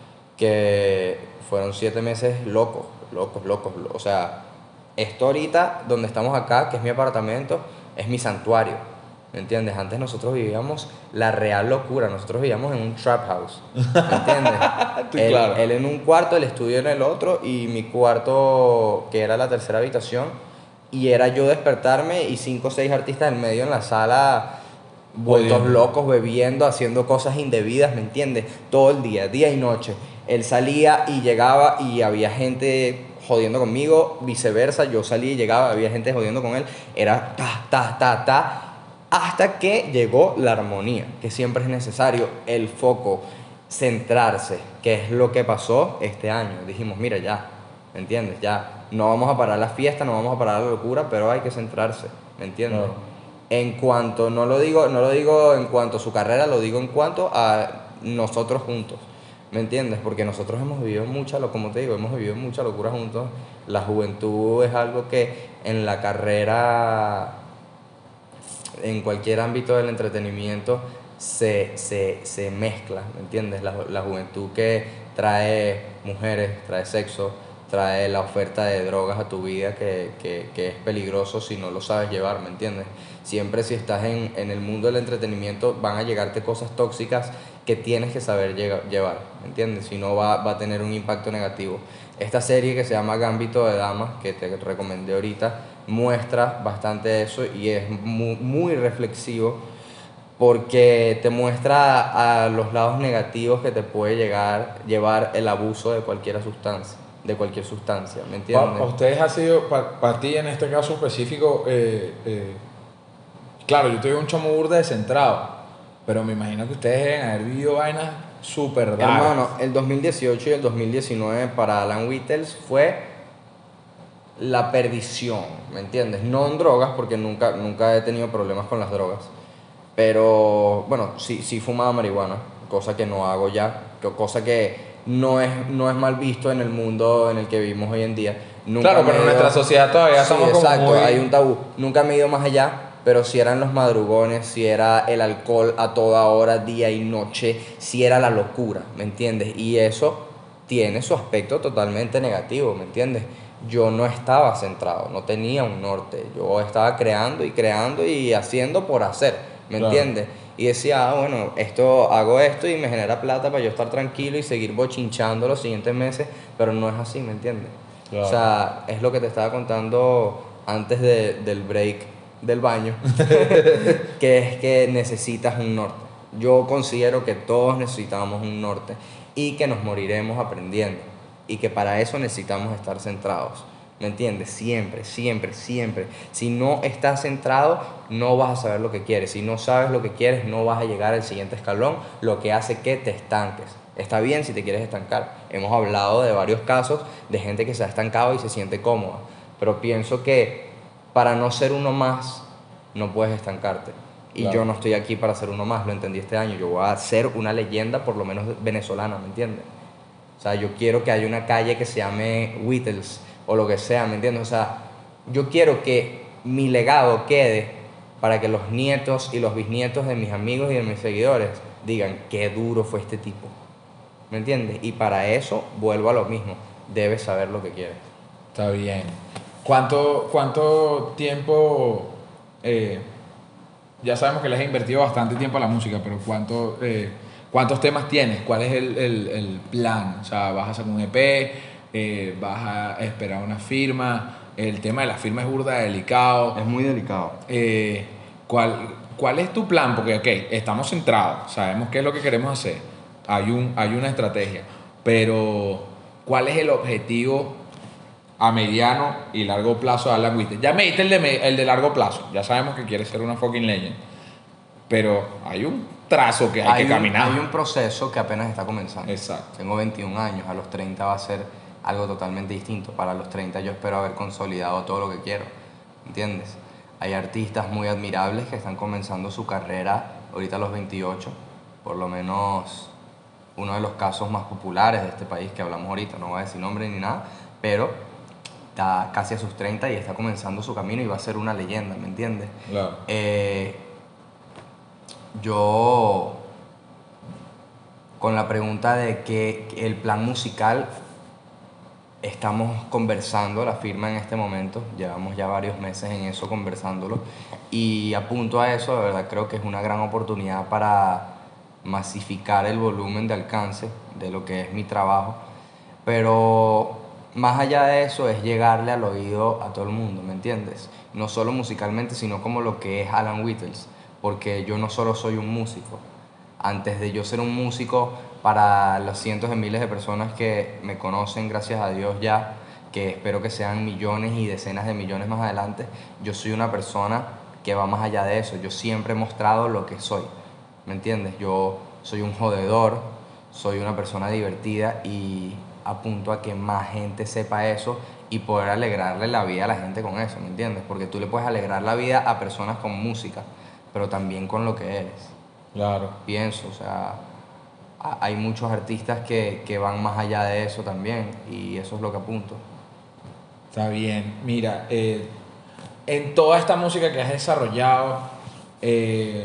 Que fueron siete meses locos, locos, locos. lo- O sea, esto ahorita, donde estamos acá, que es mi apartamento, es mi santuario. ¿me entiendes? Antes nosotros vivíamos la real locura, nosotros vivíamos en un trap house, ¿me entiendes? Sí, él, claro. él en un cuarto, el estudio en el otro y mi cuarto, que era la tercera habitación, y era yo despertarme y cinco o seis artistas en medio en la sala, vueltos Jodiendo. locos, bebiendo, haciendo cosas indebidas, ¿me entiendes? Todo el día, día y noche. Él salía y llegaba y había gente jodiendo conmigo, viceversa, yo salía y llegaba, había gente jodiendo con él, era ta, ta, ta, ta, hasta que llegó la armonía, que siempre es necesario, el foco, centrarse, que es lo que pasó este año. Dijimos, mira, ya, ¿me entiendes? Ya, no vamos a parar la fiesta, no vamos a parar la locura, pero hay que centrarse, ¿me entiendes? Claro. En cuanto, no lo digo, no lo digo en cuanto a su carrera, lo digo en cuanto a nosotros juntos, ¿me entiendes? Porque nosotros hemos vivido mucha, lo- como te digo, hemos vivido mucha locura juntos. La juventud es algo que en la carrera, en cualquier ámbito del entretenimiento, se, se, se mezcla, ¿me entiendes? La, la juventud que trae mujeres, trae sexo, trae la oferta de drogas a tu vida, que, que, que es peligroso si no lo sabes llevar, ¿me entiendes? Siempre si estás en, en el mundo del entretenimiento van a llegarte cosas tóxicas que tienes que saber llega- llevar, ¿me entiendes? Si no va, va a tener un impacto negativo. Esta serie que se llama Gambito de Damas, que te recomendé ahorita, muestra bastante eso y es muy, muy reflexivo porque te muestra a los lados negativos que te puede llegar llevar el abuso de cualquier sustancia, de cualquier sustancia, ¿me entiendes? Para ustedes ha sido, para ti en este caso específico, eh, eh, claro, yo tuve un chamo burda descentrado, pero me imagino que ustedes deben haber vivido vainas súper raras. Hermano, el dos mil dieciocho y el dos mil diecinueve para Alan Whittles fue la perdición, ¿me entiendes? No en drogas, porque nunca, nunca he tenido problemas con las drogas. Pero, bueno, sí, sí fumaba marihuana, cosa que no hago ya, que- cosa que no es, no es mal visto en el mundo en el que vivimos hoy en día. Nunca Claro, me pero he en ido- nuestra sociedad todavía Sí, estamos como exacto, muy- hay un tabú. Nunca me he ido más allá, pero si eran los madrugones, si era el alcohol a toda hora, día y noche, si era la locura, ¿me entiendes? Y eso tiene su aspecto totalmente negativo, ¿me entiendes? Yo no estaba centrado, no tenía un norte, yo estaba creando y creando y haciendo por hacer, ¿me Claro. entiendes? Y decía, ah, bueno, esto, hago esto y me genera plata para yo estar tranquilo y seguir bochinchando los siguientes meses, pero no es así, ¿me entiendes? Claro. O sea, es lo que te estaba contando antes de- del break del baño, que es que necesitas un norte. Yo considero que todos necesitamos un norte y que nos moriremos aprendiendo y que para eso necesitamos estar centrados. ¿Me entiendes? Siempre, siempre, siempre. Si no estás centrado, no vas a saber lo que quieres. Si no sabes lo que quieres, no vas a llegar al siguiente escalón, lo que hace que te estanques. Está bien si te quieres estancar. Hemos hablado de varios casos de gente que se ha estancado y se siente cómoda. Pero pienso que para no ser uno más, no puedes estancarte. Y Claro. yo no estoy aquí para ser uno más, lo entendí este año. Yo voy a ser una leyenda, por lo menos venezolana, ¿me entiendes? O sea, yo quiero que haya una calle que se llame Whittles o lo que sea, ¿me entiendes? O sea, yo quiero que mi legado quede para que los nietos y los bisnietos de mis amigos y de mis seguidores digan qué duro fue este tipo, ¿me entiendes? Y para eso vuelvo a lo mismo, debes saber lo que quieres. Está bien. ¿Cuánto, cuánto tiempo, eh, ya sabemos que le has invertido bastante tiempo a la música, pero cuánto, eh, cuántos temas tienes? ¿Cuál es el, el- el plan? O sea, ¿vas a hacer un E P? Eh, ¿vas a esperar una firma? El tema de la firma es burda delicado. Es muy delicado. Eh, ¿cuál, ¿Cuál es tu plan? Porque, ok, estamos centrados, sabemos qué es lo que queremos hacer, hay, un, hay una estrategia, pero ¿cuál es el objetivo a mediano y largo plazo de Alan Whittles? Ya me diste el de, me- el de largo plazo, ya sabemos que quieres ser una fucking legend, pero hay un trazo que hay, que un- caminar. hay un proceso que apenas está comenzando. Exacto. Tengo veintiún años, a los treinta va a ser algo totalmente distinto. Para los treinta yo espero haber consolidado todo lo que quiero, ¿entiendes? Hay artistas muy admirables que están comenzando su carrera ahorita a los veintiocho, por lo menos uno de los casos más populares de este país que hablamos ahorita, no voy a decir nombre ni nada, pero está casi a sus treinta y está comenzando su camino y va a ser una leyenda, ¿me entiendes? Claro. Eh, yo, con la pregunta de que el plan musical, estamos conversando la firma en este momento, llevamos ya varios meses en eso conversándolo y apunto a eso, de verdad creo que es una gran oportunidad para masificar el volumen de alcance de lo que es mi trabajo, pero más allá de eso es llegarle al oído a todo el mundo, ¿me entiendes? No solo musicalmente, sino como lo que es Alan Whittles, porque yo no solo soy un músico. Antes de yo ser un músico, para los cientos de miles de personas que me conocen, gracias a Dios ya, que espero que sean millones y decenas de millones más adelante, yo soy una persona que va más allá de eso. Yo siempre he mostrado lo que soy, ¿me entiendes? Yo soy un jodedor, soy una persona divertida y apunto a que más gente sepa eso y poder alegrarle la vida a la gente con eso, ¿me entiendes? Porque tú le puedes alegrar la vida a personas con música, pero también con lo que eres. Claro. Pienso, o sea, a- hay muchos artistas que, que van más allá de eso también y eso es lo que apunto. Está bien. Mira, eh, en toda esta música que has desarrollado, eh,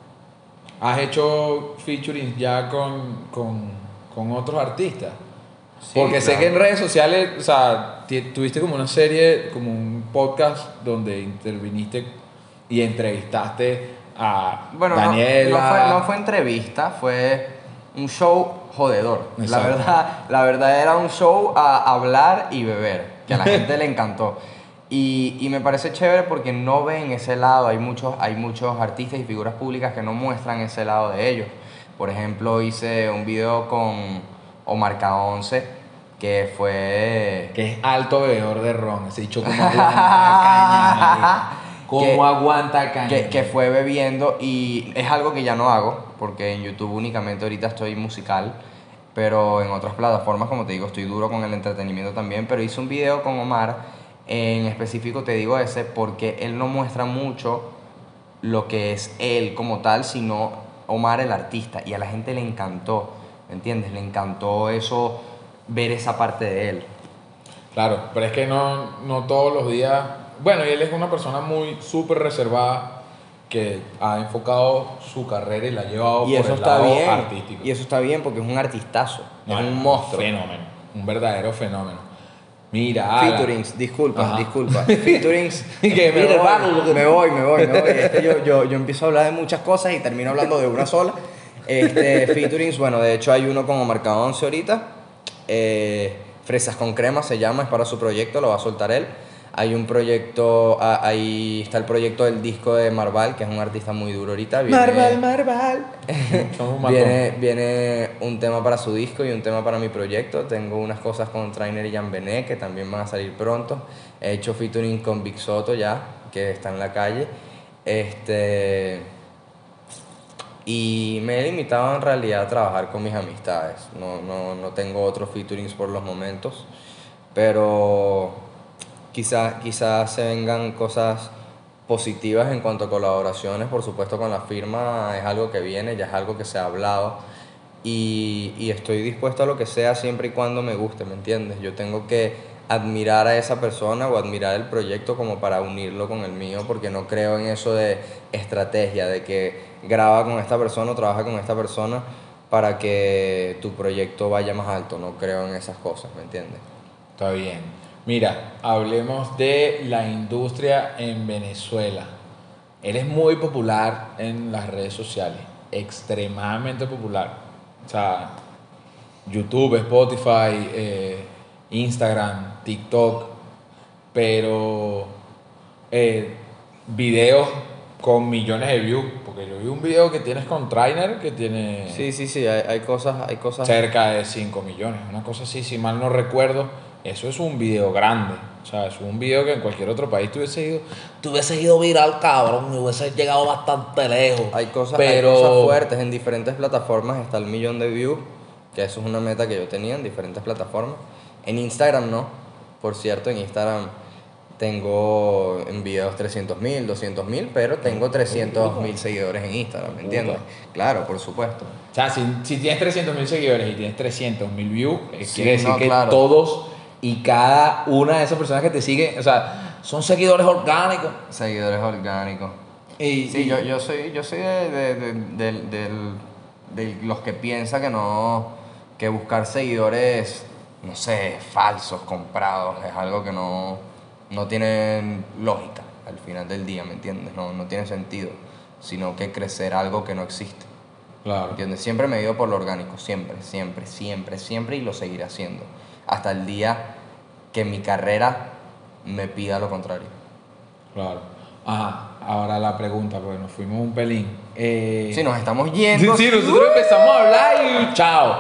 has hecho featuring ya con, con, con otros artistas. Sí, Porque sé claro. que en redes sociales, o sea, ti- tuviste como una serie, como un podcast donde interviniste y entrevistaste a Bueno, no- Daniela. No, fue, no fue entrevista, fue un show jodedor. La Exacto. verdad, la verdad era un show a hablar y beber, que a la gente le encantó. Y, y me parece chévere porque no ven ese lado. Hay muchos, hay muchos artistas y figuras públicas que no muestran ese lado de ellos. Por ejemplo, hice un video con Omar K once, que fue... Que es alto bebedor de ron. Ese dicho como aguanta caña, marico. Como Que- aguanta caña. que, que fue bebiendo y es algo que ya no hago porque en YouTube únicamente ahorita estoy musical, pero en otras plataformas, como te digo, estoy duro con el entretenimiento también, pero hice un video con Omar, en específico te digo ese porque él no muestra mucho lo que es él como tal, sino Omar el artista, y a la gente le encantó, ¿me entiendes? Le encantó eso, ver esa parte de él. Claro, pero es que no, no todos los días. Bueno, y él es una persona muy súper reservada que ha enfocado su carrera y la ha llevado Y por eso el está lado bien, artístico. y eso está bien porque es un artistazo, No, es un monstruo. Fenómeno, un verdadero fenómeno. Mira, Alan. Featurings, disculpa, Ajá. disculpa. Featurings. Que me Mira, voy. hermano, lo que- me voy, me voy, me voy. Es que yo, yo, yo empiezo a hablar de muchas cosas y termino hablando de una sola. Este, featurings, bueno, de hecho hay uno con Omar K once ahorita. Eh, Fresas con crema se llama, es para su proyecto, lo va a soltar él. Hay un proyecto, ah, ahí está el proyecto del disco de Marval, que es un artista muy duro ahorita. Viene- Marval, Marval. Somos un matón. Viene, viene un tema para su disco y un tema para mi proyecto. Tengo unas cosas con Trainer y Jan Benet que también van a salir pronto. He hecho featuring con Big Soto ya, que está en la calle. Este, y me he limitado en realidad a trabajar con mis amistades. No, no, no tengo otros featurings por los momentos. Pero quizás quizás se vengan cosas positivas en cuanto a colaboraciones, por supuesto con la firma es algo que viene, ya es algo que se ha hablado y, y estoy dispuesto a lo que sea siempre y cuando me guste, ¿me entiendes? Yo tengo que admirar a esa persona o admirar el proyecto como para unirlo con el mío porque no creo en eso de estrategia, de que graba con esta persona o trabaja con esta persona para que tu proyecto vaya más alto, no creo en esas cosas, ¿me entiendes? Está bien. Mira, hablemos de la industria en Venezuela. Eres muy popular en las redes sociales, extremadamente popular. O sea, YouTube, Spotify, eh, Instagram, TikTok, pero eh, videos con millones de views. Porque yo vi un video que tienes con Trainer que tiene Sí, sí, sí, hay, hay cosas, hay cosas... cerca de cinco millones, una cosa así, si mal no recuerdo. Eso es un video grande, o sea, es un video que en cualquier otro país tuviese ido. Tú hubieses ido viral, cabrón, y hubieses llegado bastante lejos. Hay cosas, Pero- hay cosas fuertes en diferentes plataformas, está el millón de views, que eso es una meta que yo tenía en diferentes plataformas. En Instagram no, por cierto, en Instagram tengo en videos trescientos mil, doscientos mil, pero tengo trescientos mil seguidores en Instagram, ¿me entiendes? Claro, por supuesto. O sea, si, si tienes trescientos mil seguidores y tienes trescientos mil views, eh, Sí, quiere decir no, que claro. todos y cada una de esas personas que te siguen, o sea, son seguidores orgánicos. Seguidores orgánicos. Y, Sí, y- yo, yo soy, yo soy de, de- de- del- del- de los que piensa que no, que buscar seguidores no sé, falsos, comprados. Es algo que no, no tiene lógica al final del día, ¿me entiendes? No, no tiene sentido, sino que crecer algo que no existe. Claro. ¿Entiendes? Siempre me he ido por lo orgánico, siempre, siempre, siempre, siempre, y lo seguiré haciendo. Hasta el día que mi carrera me pida lo contrario. Claro. Ajá, ahora la pregunta, porque nos fuimos un pelín. Eh, Si nos estamos yendo. Sí, sí, nosotros empezamos a hablar y chao.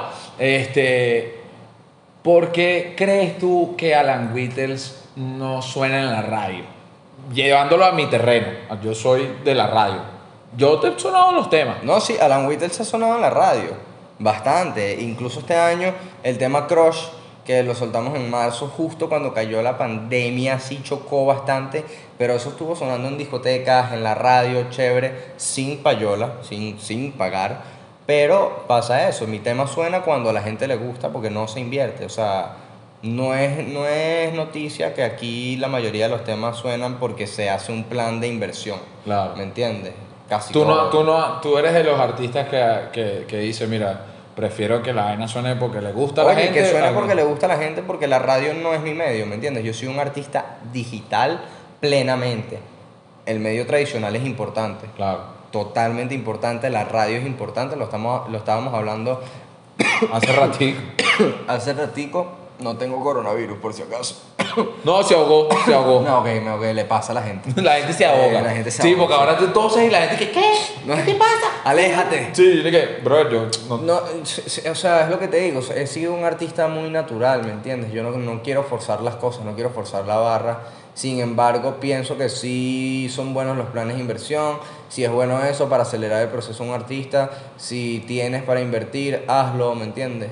Este, ¿por qué crees tú que Alan Whittles no suena en la radio? Llevándolo a mi terreno. Yo soy de la radio. Yo te he sonado los temas. No, sí, Alan Whittles ha sonado en la radio. Bastante. Incluso este año el tema Crush, que lo soltamos en marzo, justo cuando cayó la pandemia, sí chocó bastante, pero eso estuvo sonando en discotecas, en la radio, chévere, sin payola, sin, sin pagar. Pero pasa eso, mi tema suena cuando a la gente le gusta porque no se invierte. O sea, no es, no es noticia que aquí la mayoría de los temas suenan porque se hace un plan de inversión. Claro. ¿Me entiendes? Casi Tú, no, todo. tú, no, tú eres de los artistas que, que, que dice, mira, prefiero que la vaina suene porque le gusta a la Oye, gente. que suene a- porque le gusta a la gente, porque la radio no es mi medio, ¿me entiendes? Yo soy un artista digital plenamente. El medio tradicional es importante, Claro. totalmente importante. La radio es importante, lo, estamos, lo estábamos hablando Hace ratito. hace ratico. No tengo coronavirus, por si acaso. No, se ahogó, se ahogó. No, ok, me ahogué, le pasa a la gente. La gente se ahoga. Eh, la gente se sí, ahoga, porque sí. ahora tú toses y la gente que, ¿qué? No, ¿qué te pasa? Aléjate. Sí, yo dije, bro, yo no. No, o sea, es lo que te digo, he sido un artista muy natural, ¿me entiendes? Yo no, no quiero forzar las cosas, no quiero forzar la barra. Sin embargo, pienso que sí son buenos los planes de inversión, si es bueno eso para acelerar el proceso de un artista, si tienes para invertir, hazlo, ¿me entiendes?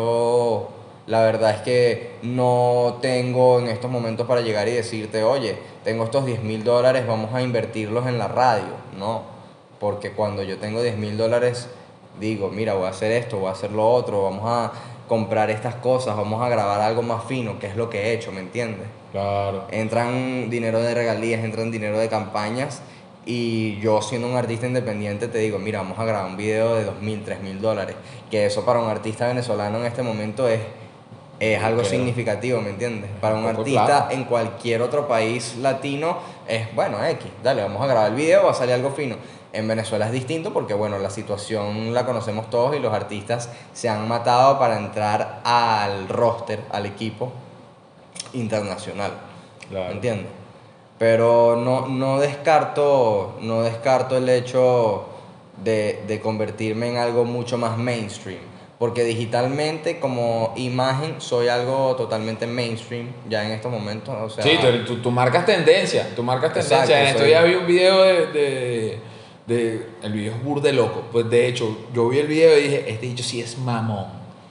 Yo, la verdad es que no tengo en estos momentos para llegar y decirte, oye, tengo estos diez mil dólares, vamos a invertirlos en la radio. No, porque cuando yo tengo diez mil dólares, digo, mira, voy a hacer esto, voy a hacer lo otro, vamos a comprar estas cosas, vamos a grabar algo más fino, que es lo que he hecho, ¿me entiendes? Claro. Entran dinero de regalías, entran dinero de campañas, y yo siendo un artista independiente te digo, mira, vamos a grabar un video de dos mil, tres mil dólares, que eso para un artista venezolano en este momento es, es algo Claro. significativo, ¿me entiendes? Para un Poco artista plata. en cualquier otro país latino es, bueno, X, dale, vamos a grabar el video, va a salir algo fino. En Venezuela es distinto porque, bueno, la situación la conocemos todos y los artistas se han matado para entrar al roster, al equipo internacional. Claro. ¿Me entiendes? Pero no, no, descarto, no descarto el hecho de, de convertirme en algo mucho más mainstream. Porque digitalmente, como imagen, soy algo totalmente mainstream ya en estos momentos. O sea, Sí, tú, tú, tú marcas tendencia, tú marcas tendencia. Exacto, En estos soy- días vi un video de, de, de- el video es burde loco. Pues de hecho, yo vi el video y dije, este dicho sí es mamón.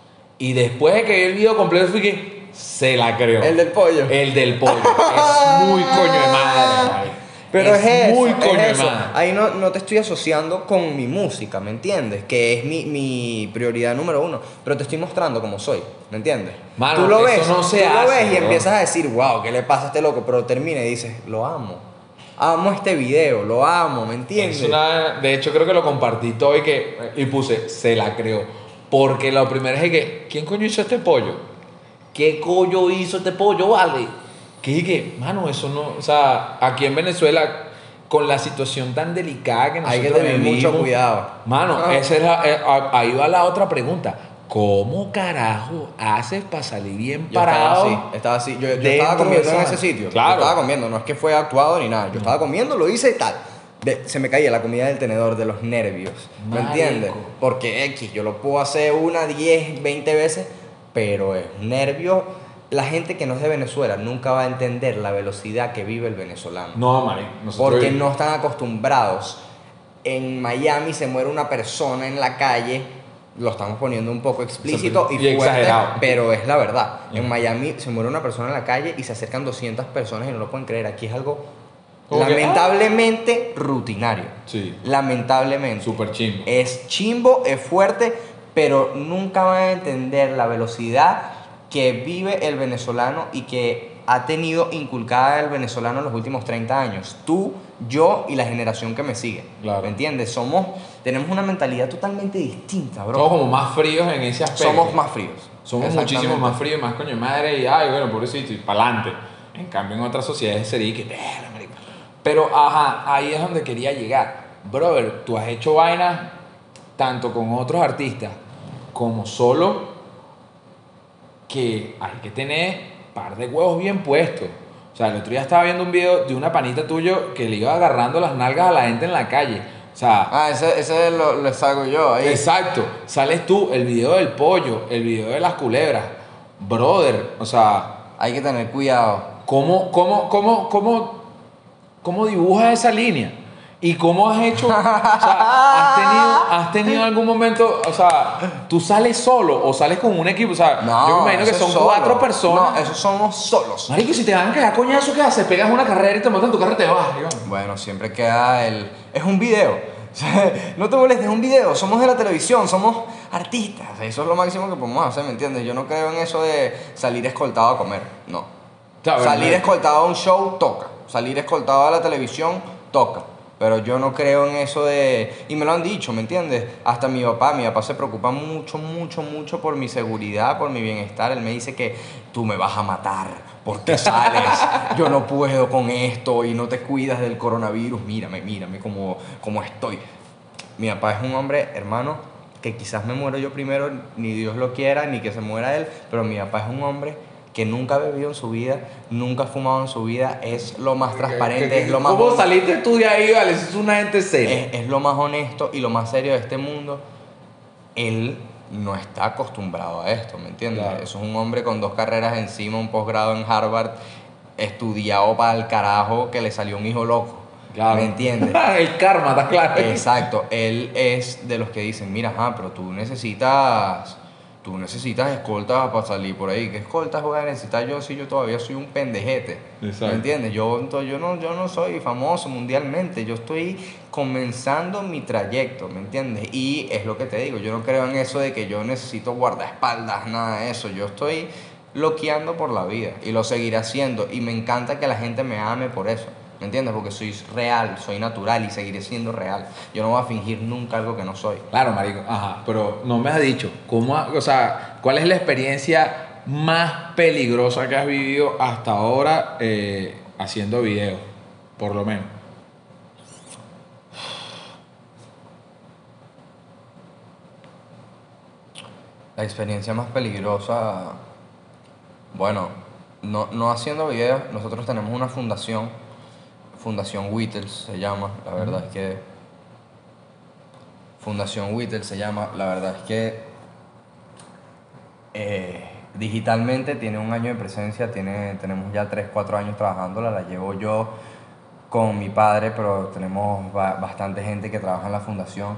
Y después de que vi el video completo fui que se la creó. el del pollo. El del pollo. Es muy coño de madre, marico. Pero es, eso, muy es coño de eso. madre. Ahí no, no te estoy asociando con mi música, ¿me entiendes? Que es mi, mi prioridad número uno. Pero te estoy mostrando cómo soy, ¿me entiendes? Mano, tú lo eso ves, no se tú lo hace, ves y bro. empiezas a decir, wow, ¿qué le pasa a este loco? Pero termina y dices, lo amo. Amo este video, lo amo, ¿me entiendes? Es una, de hecho, creo que lo compartí todo y, que, y puse, se la creó. Porque lo primero es que, ¿quién coño hizo este pollo? ¿Qué coño hizo este pollo, vale? Que dije, mano, eso no. O sea, aquí en Venezuela, con la situación tan delicada que nosotros Hay que tener mucho vivimos, cuidado. Mano, Ah. esa es la- eh, a- ahí va la otra pregunta. ¿Cómo carajo haces para salir bien Yo estaba parado? así, estaba así. Yo, yo dentro estaba comiendo de en esa- ese sitio. Claro. Yo estaba comiendo, no es que fue actuado ni nada. Yo estaba comiendo, lo hice y tal. De- se me caía la comida del tenedor de los nervios. ¿Me Marico. entiendes? Porque X, yo lo puedo hacer una, diez, veinte veces, pero es nervio. La gente que no es de Venezuela nunca va a entender la velocidad que vive el venezolano. No, marico. nosotros Porque vivimos- no están acostumbrados. En Miami se muere una persona en la calle, lo estamos poniendo un poco explícito y, Y fuerte, exagerado. pero es la verdad. Mm. En Miami se muere una persona en la calle y se acercan doscientas personas y no lo pueden creer. Aquí es algo Como que, lamentablemente rutinario. Sí, Lamentablemente. súper chimbo. Es chimbo, es fuerte, pero nunca van a entender la velocidad que vive el venezolano y que ha tenido inculcada el venezolano en los últimos treinta años. Tú, yo y la generación que me sigue. Claro. ¿Me entiendes? Somos, tenemos una mentalidad totalmente distinta, bro. Somos como más fríos en ese aspecto. Somos más fríos. Somos Exactamente. muchísimo más fríos, más coño de madre y, ay, bueno, pobrecito, y pa'lante. En cambio, en otras sociedades sería que, "Verga, marico". Pero, ajá, ahí es donde quería llegar. Brother, tú has hecho vainas tanto con otros artistas como solo, que hay que tener un par de huevos bien puestos. O sea, el otro día estaba viendo un video de una panita tuyo que le iba agarrando las nalgas a la gente en la calle. O sea, Ah, ese, ese lo, lo salgo yo ahí. exacto. Sales tú, el video del pollo, el video de las culebras. Brother, o sea, Hay que tener cuidado. ¿cómo, cómo, cómo, cómo, cómo dibujas esa línea? ¿Y cómo has hecho? O sea, ¿has tenido, has tenido algún momento, o sea, tú sales solo o sales con un equipo? O sea, No, yo me imagino que eso son es solo. cuatro personas. No, esos somos solos. Marico, si te van a cagar coñazo, ¿qué haces? Pegas una carrera y te montan tu carrera y te vas. Digo. Bueno, siempre queda el... Es un video. O sea, no te molestes, es un video. Somos de la televisión, somos artistas. Eso es lo máximo que podemos hacer, ¿me entiendes? Yo no creo en eso de salir escoltado a comer. No. Claro, Salir ¿verdad? escoltado a un show, toca. Salir escoltado a la televisión, toca. Pero yo no creo en eso de... Y me lo han dicho, ¿me entiendes? Hasta mi papá, mi papá se preocupa mucho, mucho, mucho por mi seguridad, por mi bienestar. Él me dice que tú me vas a matar porque sales. Yo no puedo con esto y no te cuidas del coronavirus. Mírame, mírame cómo, cómo estoy. Mi papá es un hombre, hermano, que quizás me muero yo primero, ni Dios lo quiera, ni que se muera él. Pero mi papá es un hombre que nunca ha bebido en su vida, nunca ha fumado en su vida, es lo más transparente, es lo más... ¿Cómo saliste tú de ahí, vale? Es una gente seria. Es, es lo más honesto y lo más serio de este mundo. Él no está acostumbrado a esto, ¿me entiendes? Claro. Eso es un hombre con dos carreras encima, un posgrado en Harvard, estudiado para el carajo, que le salió un hijo loco. Claro. ¿Me entiendes? El karma, está claro. Exacto. Él es de los que dicen, mira, ajá, pero tú necesitas... Tú necesitas escoltas para salir por ahí. ¿Qué escoltas voy a necesitar yo si yo todavía soy un pendejete? Exacto. ¿Me entiendes? Yo, entonces, yo, no, yo no soy famoso mundialmente. Yo estoy comenzando mi trayecto, ¿me entiendes? Y es lo que te digo. Yo no creo en eso de que yo necesito guardaespaldas, nada de eso. Yo estoy loqueando por la vida y lo seguiré haciendo. Y me encanta que la gente me ame por eso. ¿Me entiendes? Porque soy real, soy natural y seguiré siendo real. Yo no voy a fingir nunca algo que no soy. Claro, marico, ajá, pero no me has dicho, ¿cómo, ha- o sea, cuál es la experiencia más peligrosa que has vivido hasta ahora eh, haciendo videos, por lo menos? La experiencia más peligrosa, bueno, no, no haciendo videos, nosotros tenemos una fundación, Fundación Whittle se llama, la verdad es que... Fundación Whittle se llama, la verdad es que eh, digitalmente tiene un año de presencia, tiene, tenemos ya tres cuatro años trabajándola, la llevo yo con mi padre, pero tenemos ba- bastante gente que trabaja en la fundación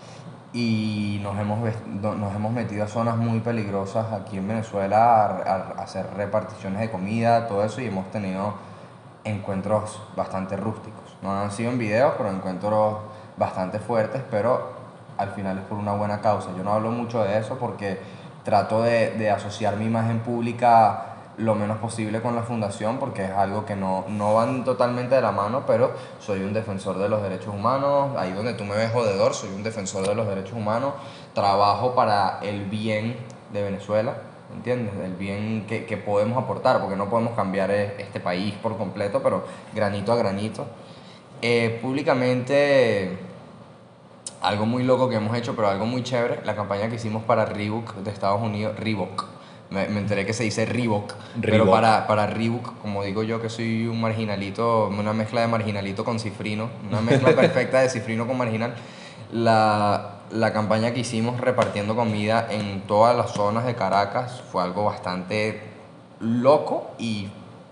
y nos hemos, ves- no- nos hemos metido a zonas muy peligrosas aquí en Venezuela a, a- a hacer reparticiones de comida, todo eso, y hemos tenido encuentros bastante rústicos. No han sido en videos, pero encuentros bastante fuertes, pero al final es por una buena causa. Yo no hablo mucho de eso porque trato de, de asociar mi imagen pública lo menos posible con la fundación, porque es algo que no, no van totalmente de la mano, pero soy un defensor de los derechos humanos. Ahí donde tú me ves jodedor, soy un defensor de los derechos humanos. Trabajo para el bien de Venezuela, ¿entiendes? El bien que, que podemos aportar, porque no podemos cambiar eh, este país por completo, pero granito a granito. Eh, públicamente, algo muy loco que hemos hecho, pero algo muy chévere, la campaña que hicimos para Reebok de Estados Unidos, Reebok. Me, me enteré que se dice Reebok, pero Reebok. para, para Reebok, como digo yo que soy un marginalito, una mezcla de marginalito con cifrino, una mezcla perfecta de cifrino con marginal, la, la campaña que hicimos repartiendo comida en todas las zonas de Caracas fue algo bastante loco y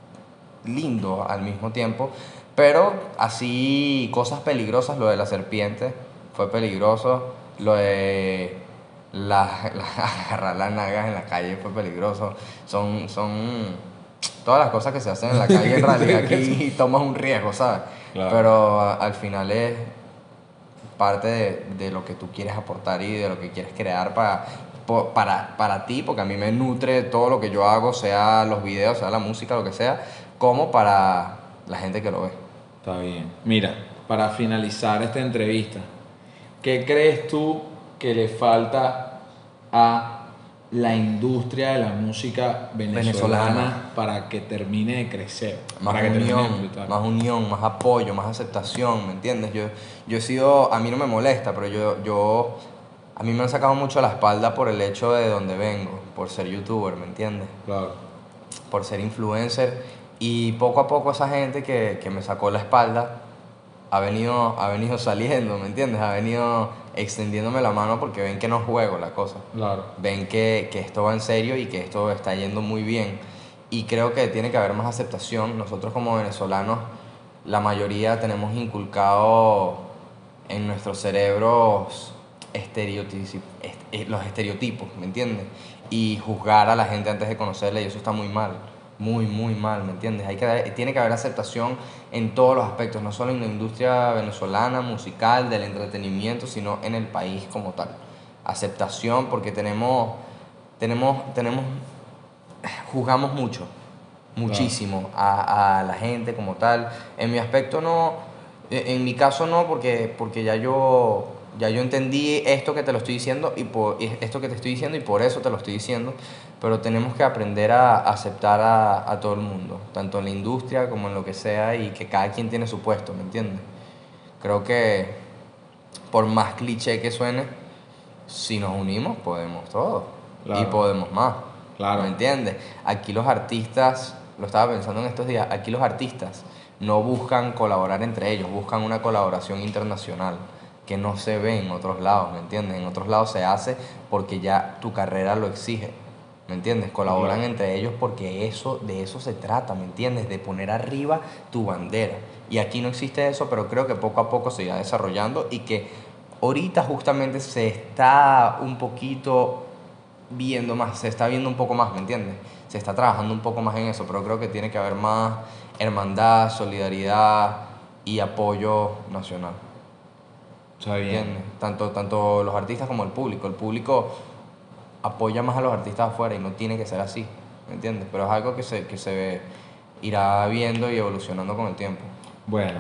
lindo al mismo tiempo, pero así cosas peligrosas, lo de la serpiente fue peligroso, lo de la, la- agarrar las nalgas en la calle fue peligroso, son, son todas las cosas que se hacen en la calle en realidad aquí tomas un riesgo, ¿sabes? Claro. Pero a- al final es parte de, de lo que tú quieres aportar y de lo que quieres crear para, po- para, para ti, porque a mí me nutre todo lo que yo hago, sea los videos, sea la música, lo que sea, como para la gente que lo ve. Está bien. Mira, para finalizar esta entrevista, ¿qué crees tú que le falta a la industria de la música venezolana, Venezolana. para que termine de crecer? Más para que termine de unión, explotar. más unión, más apoyo, más aceptación, ¿me entiendes? Yo, yo he sido, a mí no me molesta, pero yo, yo, a mí me han sacado mucho la espalda por el hecho de donde vengo, por ser youtuber, ¿me entiendes? Claro. Por ser influencer, y poco a poco esa gente que, que me sacó la espalda ha venido, ha venido saliendo, ¿me entiendes? Ha venido extendiéndome la mano porque ven que no juego la cosa. Claro. Ven que, que esto va en serio y que esto está yendo muy bien. Y creo que tiene que haber más aceptación. Nosotros como venezolanos, la mayoría tenemos inculcado en nuestros cerebros estereotipos, los estereotipos, ¿me entiendes? Y juzgar a la gente antes de conocerla, y eso está muy mal. Muy, muy mal, ¿me entiendes? Hay que dar- tiene que haber aceptación en todos los aspectos, no solo en la industria venezolana, musical, del entretenimiento, sino en el país como tal. Aceptación porque tenemos, tenemos, tenemos, juzgamos mucho, muchísimo a, a la gente como tal. En mi aspecto no, en en mi caso no, porque, porque ya yo, ya yo entendí esto que te lo estoy diciendo y por y esto que te estoy diciendo y por eso te lo estoy diciendo. Pero tenemos que aprender a aceptar a, a todo el mundo, tanto en la industria como en lo que sea, y que cada quien tiene su puesto, ¿me entiendes? Creo que por más cliché que suene, si nos unimos podemos todo. Claro. Y podemos más. Claro. ¿Me entiendes? Aquí los artistas, lo estaba pensando en estos días, aquí los artistas no buscan colaborar entre ellos, buscan una colaboración internacional que no se ve en otros lados, ¿me entiendes? En otros lados se hace porque ya tu carrera lo exige. ¿Me entiendes? Colaboran Claro. entre ellos porque eso, de eso se trata, ¿me entiendes? De poner arriba tu bandera. Y aquí no existe eso, pero creo que poco a poco se irá desarrollando y que ahorita justamente se está un poquito viendo más, se está viendo un poco más, ¿me entiendes? Se está trabajando un poco más en eso, pero creo que tiene que haber más hermandad, solidaridad y apoyo nacional. Está bien. ¿Entiendes? Tanto, tanto los artistas como el público. El público apoya más a los artistas afuera y no tiene que ser así, ¿me entiendes? Pero es algo que se, que se irá viendo y evolucionando con el tiempo. Bueno,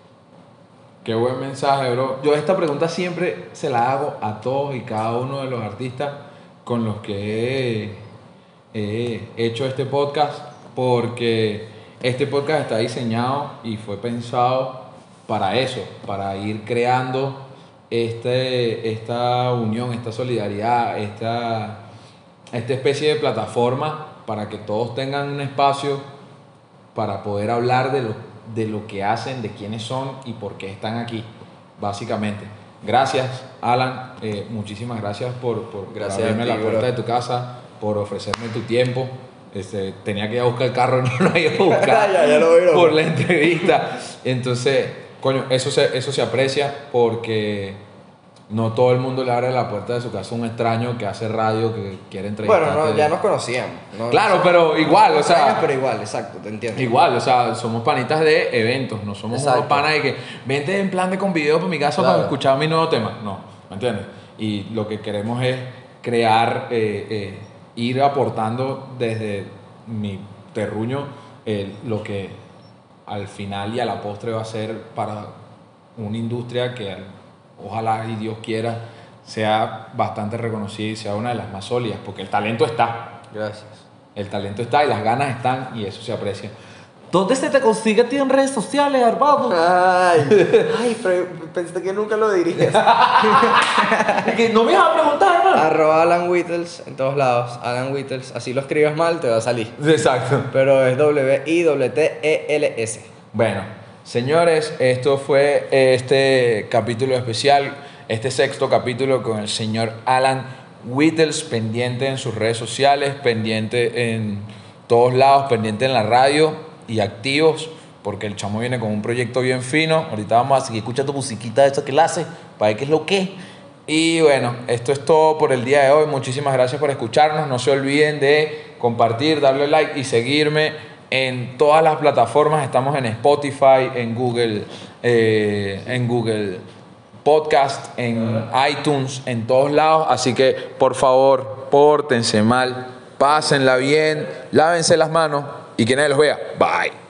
qué buen mensaje, bro. Yo esta pregunta siempre se la hago a todos y cada uno de los artistas con los que he, he hecho este podcast, porque este podcast está diseñado y fue pensado para eso, para ir creando este, esta unión, esta solidaridad, esta, esta especie de plataforma para que todos tengan un espacio para poder hablar de lo, de lo que hacen, de quiénes son y por qué están aquí, básicamente. Gracias, Alan. Eh, muchísimas gracias por, por Gracias abrirme a ti, la puerta bro. de tu casa, por ofrecerme tu tiempo. Este, tenía que ir a buscar el carro y no lo iba a buscar Ya, ya lo vi, bro. por la entrevista. Entonces, coño, eso se, eso se aprecia porque no todo el mundo le abre la puerta de su casa a un extraño que hace radio, que quiere entrevistarte. Bueno, no, ya nos conocíamos. ¿no? Claro, pero igual, o sea... Pero igual, exacto, te entiendo. Igual, o sea, somos panitas de eventos, no somos Exacto. unos panas de que vente en plan de con video por mi casa Claro. para escuchar mi nuevo tema. No, ¿me entiendes? Y lo que queremos es crear, eh, eh, ir aportando desde mi terruño eh, lo que al final y a la postre va a ser para una industria que al- ojalá y Dios quiera sea bastante reconocida y sea una de las más sólidas, porque el talento está. Gracias. El talento está y las ganas están y eso se aprecia. ¿Dónde se te consigue a ti en redes sociales, Arvado? Ay, ay, pero pensé que nunca lo dirías. Que no me vas a preguntar, hermano. Arroba Alan Whittles en todos lados. Alan Whittles, así lo escribes mal, te va a salir. Exacto. Pero es W I T T E L S. Bueno, señores, esto fue este capítulo especial, este sexto capítulo con el señor Alan Whittles, pendiente en sus redes sociales, pendiente en todos lados, pendiente en la radio y activos, porque el chamo viene con un proyecto bien fino. Ahorita vamos a seguir escuchando musiquita esa que él hace, para ver qué es lo que. Y bueno, esto es todo por el día de hoy. Muchísimas gracias por escucharnos. No se olviden de compartir, darle like y seguirme en todas las plataformas. Estamos en Spotify, en Google, eh, en Google Podcast, en iTunes, en todos lados. Así que por favor, pórtense mal, pásenla bien, lávense las manos y que nadie los vea. Bye.